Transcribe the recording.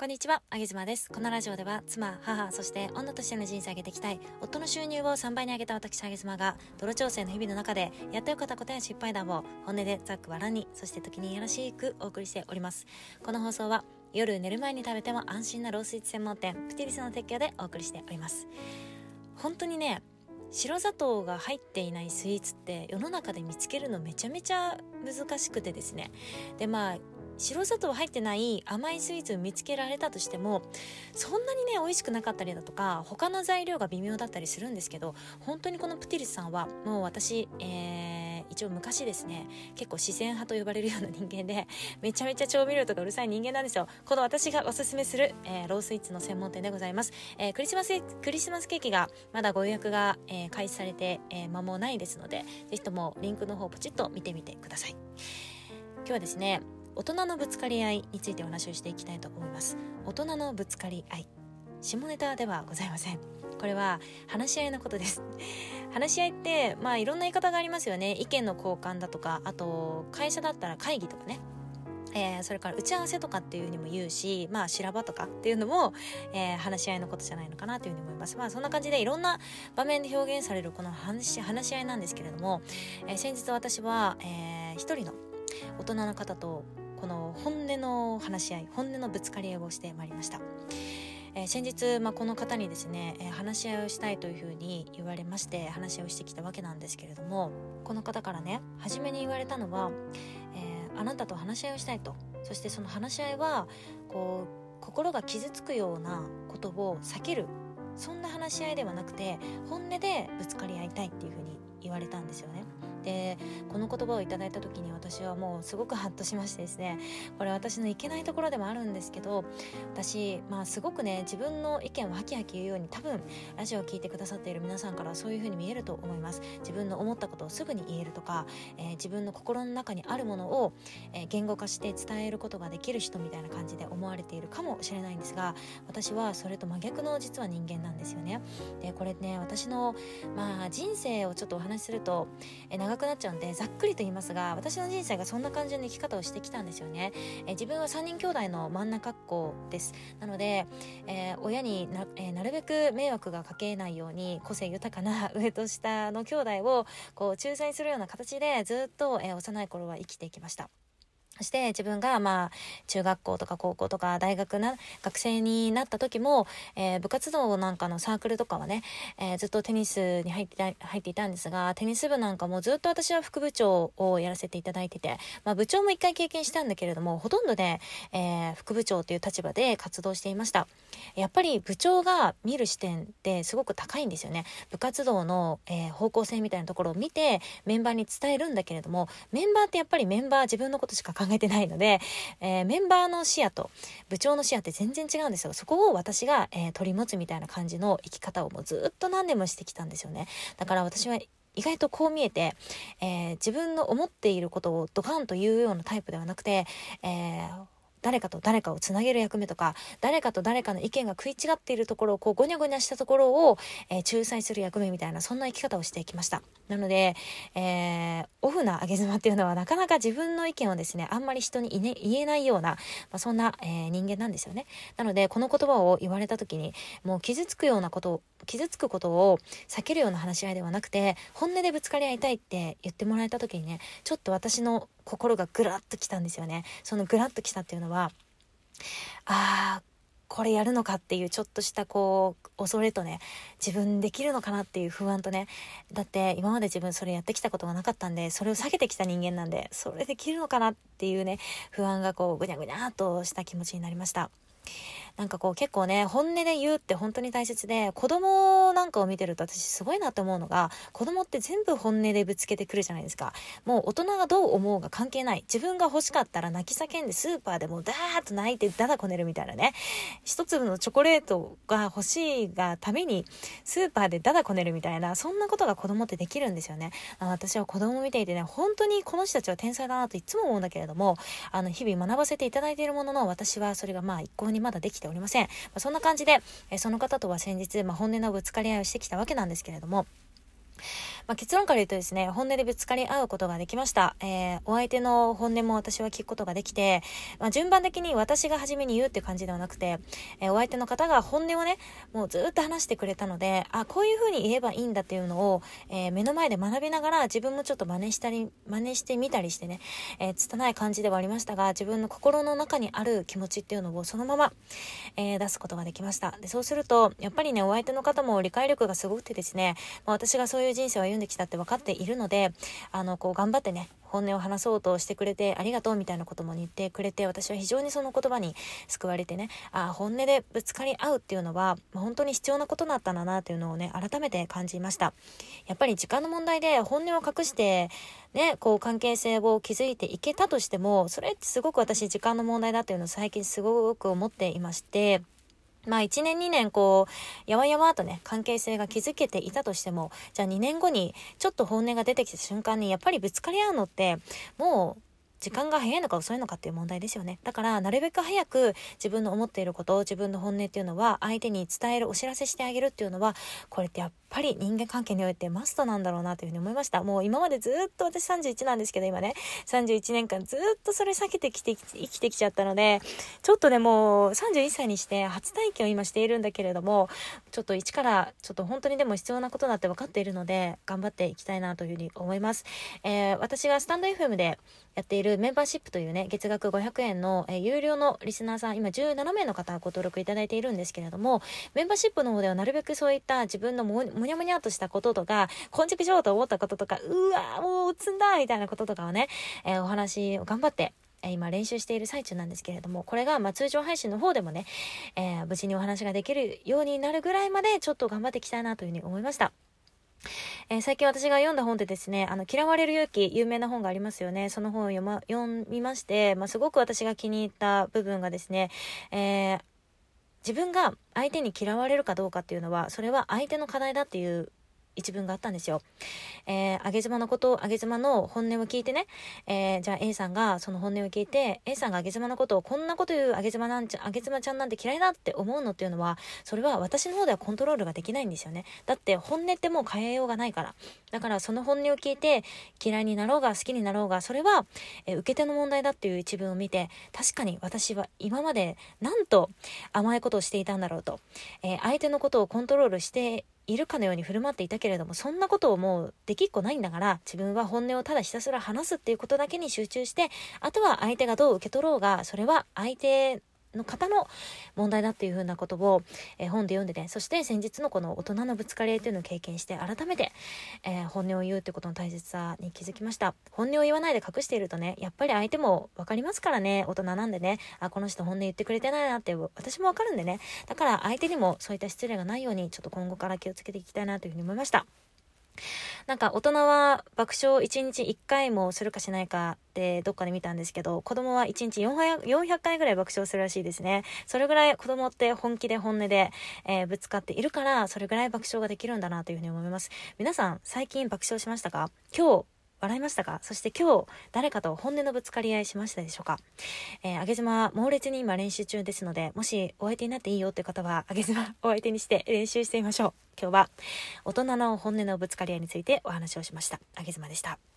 こんにちは、あげずまです。このラジオでは妻、母、そして女としての人生を上げていきたい夫の収入を3倍に上げた私あげずまが泥調整の日々の中でやってよかったことや失敗談を本音でざっくばらんに、そして時にいやらしくお送りしております。この放送は夜寝る前に食べても安心なロースイーツ専門店プティリスの提供でお送りしております。本当にね、白砂糖が入っていないスイーツって世の中で見つけるのめちゃめちゃ難しくてですね。で白砂糖入ってない甘いスイーツを見つけられたとしてもそんなにね美味しくなかったりだとか他の材料が微妙だったりするんですけど、本当にこのプティリスさんはもう私、一応昔ですね結構自然派と呼ばれるような人間でめちゃめちゃ調味料とかうるさい人間なんですよ。この私がおすすめする、ロースイーツの専門店でございます。クリスマスケーキがまだご予約が、開始されて、間もないですので、ぜひともリンクの方ポチッと見てみてください。今日はですね、大人のぶつかり合いについてお話をしていきたいと思います。大人のぶつかり合い、下ネタではございません。これは話し合いのことです。話し合いっていろんな言い方がありますよね。意見の交換だとか、あと会社だったら会議とかね、それから打ち合わせとかっていうにも言うし、修羅場とかっていうのも、話し合いのことじゃないのかなというふうに思います。そんな感じでいろんな場面で表現されるこの話し合いなんですけれども、先日私は、一人の大人の方とこの本音の話し合い、本音のぶつかり合いをしてまいりました。先日、この方にですね、話し合いをしたいというふうに言われまして話し合いをしてきたわけなんですけれども、この方からね初めに言われたのは、あなたと話し合いをしたいと。そしてその話し合いは心が傷つくようなことを避ける、そんな話し合いではなくて本音でぶつかり合いたいっていうふうに言われたんですよね。でこの言葉をいただいた時に私はもうすごくハッとしましてですね、これ私のいけないところでもあるんですけど、私すごくね自分の意見をハキハキ言うように、多分ラジオを聞いてくださっている皆さんからはそういう風に見えると思います。自分の思ったことをすぐに言えるとか、自分の心の中にあるものを、言語化して伝えることができる人みたいな感じで思われているかもしれないんですが、私はそれと真逆の実は人間なんですよね。でこれね、私の人生をちょっとお話しすると長くなっちゃうんでざっくりと言いますが、私の人生がそんな感じの生き方をしてきたんですよね。自分は3人兄弟の真ん中っ子です。なので、親になるべく迷惑がかけないように個性豊かな上と下の兄弟を仲裁するような形でずっと、幼い頃は生きてきました。そして自分が中学校とか高校とか大学学生になった時も、部活動なんかのサークルとかはね、ずっとテニスに入っていたんですが、テニス部なんかもずっと私は副部長をやらせていただいてて、部長も一回経験したんだけれども、ほとんどで、副部長という立場で活動していました。やっぱり部長が見る視点ってすごく高いんですよね。部活動の、方向性みたいなところを見てメンバーに伝えるんだけれども、メンバーってやっぱりメンバー自分のことしか考えてないので、メンバーの視野と部長の視野って全然違うんですよ。そこを私が、取り持つみたいな感じの生き方をもうずっと何年もしてきたんですよね。だから私は意外とこう見えて、自分の思っていることをドカンと言うようなタイプではなくて、誰かと誰かをつなげる役目とか、誰かと誰かの意見が食い違っているところをゴニャゴニャしたところを、仲裁する役目みたいな、そんな生き方をしてきました。なので、オフな上げ妻っていうのはなかなか自分の意見をですねあんまり人に言えないような、そんな、人間なんですよね。なのでこの言葉を言われた時にもう傷つくことを避けるような話し合いではなくて本音でぶつかり合いたいって言ってもらえた時にね、ちょっと私の心がぐらっときたんですよね。そのぐらっときたっていうのは、これやるのかっていうちょっとした恐れとね、自分できるのかなっていう不安とね、だって今まで自分それやってきたことがなかったんで、それを避けてきた人間なんで、それできるのかなっていうね不安がぐにゃぐにゃっとした気持ちになりました。なんか結構ね本音で言うって本当に大切で、子供なんかを見てると私すごいなと思うのが、子供って全部本音でぶつけてくるじゃないですか。もう大人がどう思うが関係ない。自分が欲しかったら泣き叫んでスーパーでもうダーッと泣いてダダこねるみたいなね、一粒のチョコレートが欲しいがためにスーパーでダダこねるみたいな、そんなことが子供ってできるんですよね。私は子供を見ていてね、本当にこの人たちは天才だなといつも思うんだけれども、日々学ばせていただいているものの、私はそれが一向にまだできておりません。そんな感じで、その方とは先日、本音のぶつかり合いをしてきたわけなんですけれども、 結論から言うとですね、本音でぶつかり合うことができました。お相手の本音も私は聞くことができて、順番的に私が初めに言うっていう感じではなくて、お相手の方が本音をね、もうずっと話してくれたので、こういう風に言えばいいんだっていうのを、目の前で学びながら自分もちょっと真似してみたりしてね、拙い感じではありましたが、自分の心の中にある気持ちっていうのをそのまま、出すことができました。で、そうすると、やっぱりね、お相手の方も理解力がすごくてですね、私がそういう人生を歩んできたって分かっているので、頑張ってね、本音を話そうとしてくれてありがとうみたいなことも言ってくれて、私は非常にその言葉に救われてね、本音でぶつかり合うっていうのは本当に必要なことだったんだなっていうのをね、改めて感じました。やっぱり時間の問題で本音を隠してね、関係性を築いていけたとしても、それってすごく私時間の問題だっていうのを最近すごく思っていまして、1年2年やわやわとね、関係性が築けていたとしても、じゃあ2年後にちょっと本音が出てきた瞬間にやっぱりぶつかり合うのってもう時間が早いのか遅いのかっていう問題ですよね。だからなるべく早く自分の思っていること、自分の本音っていうのは相手に伝える、お知らせしてあげるっていうのは、これってやっぱり人間関係においてマストなんだろうなというふうに思いました。もう今までずっと、私31なんですけど、今ね31年間ずっとそれ避けて生きてきちゃったので、ちょっとね、もう31歳にして初体験を今しているんだけれども、ちょっと一からちょっと本当にでも必要なことだって分かっているので、頑張っていきたいなというふうに思います。私がスタンド FM でやっているメンバーシップというね、月額500円の、有料のリスナーさん、今17名の方がご登録いただいているんですけれども、メンバーシップの方ではなるべくそういった自分のもにゃもにゃとしたこととか、こんちくしようと思ったこととか、うわもう積んだみたいなこととかをね、お話を頑張って今練習している最中なんですけれども、これが通常配信の方でもね、無事にお話ができるようになるぐらいまでちょっと頑張っていきたいなというふうに思いました。最近私が読んだ本でですね、嫌われる勇気、有名な本がありますよね。その本を読みまして、すごく私が気に入った部分がですね、自分が相手に嫌われるかどうかっていうのは、それは相手の課題だっていう一文があったんですよ。あげ妻の本音を聞いてね、じゃあ A さんがその本音を聞いて、 A さんがあげ妻のことをこんなこと言うあげ妻ちゃんなんて嫌いだって思うのっていうのは、それは私の方ではコントロールができないんですよね。だって本音ってもう変えようがないから。だからその本音を聞いて嫌いになろうが好きになろうが、それは、受け手の問題だっていう一文を見て、確かに私は今までなんと甘いことをしていたんだろうと、相手のことをコントロールしているかのように振る舞っていたけれども、そんなことをもうできっこないんだから、自分は本音をただひたすら話すっていうことだけに集中して、あとは相手がどう受け取ろうが、それは相手の方の問題だっていう風なことを、本で読んでね、そして先日のこの大人のぶつかり合いというのを経験して、改めて、本音を言うってことの大切さに気づきました。本音を言わないで隠しているとね、やっぱり相手も分かりますからね。大人なんでね、この人本音言ってくれてないなって私も分かるんでね、だから相手にもそういった失礼がないように、ちょっと今後から気をつけていきたいなというふうに思いました。大人は爆笑1日1回もするかしないかってどっかで見たんですけど、子供は1日400回ぐらい爆笑するらしいですね。それぐらい子供って本気で本音で、ぶつかっているから、それぐらい爆笑ができるんだなというふうに思います。皆さん最近爆笑しましたか？今日笑いましたか？そして今日誰かと本音のぶつかり合いしましたでしょうか？あげ妻猛烈に今練習中ですので、もしお相手になっていいよっていう方はあげ妻お相手にして練習してみましょう。今日は大人の本音のぶつかり合いについてお話をしました。あげ妻でした。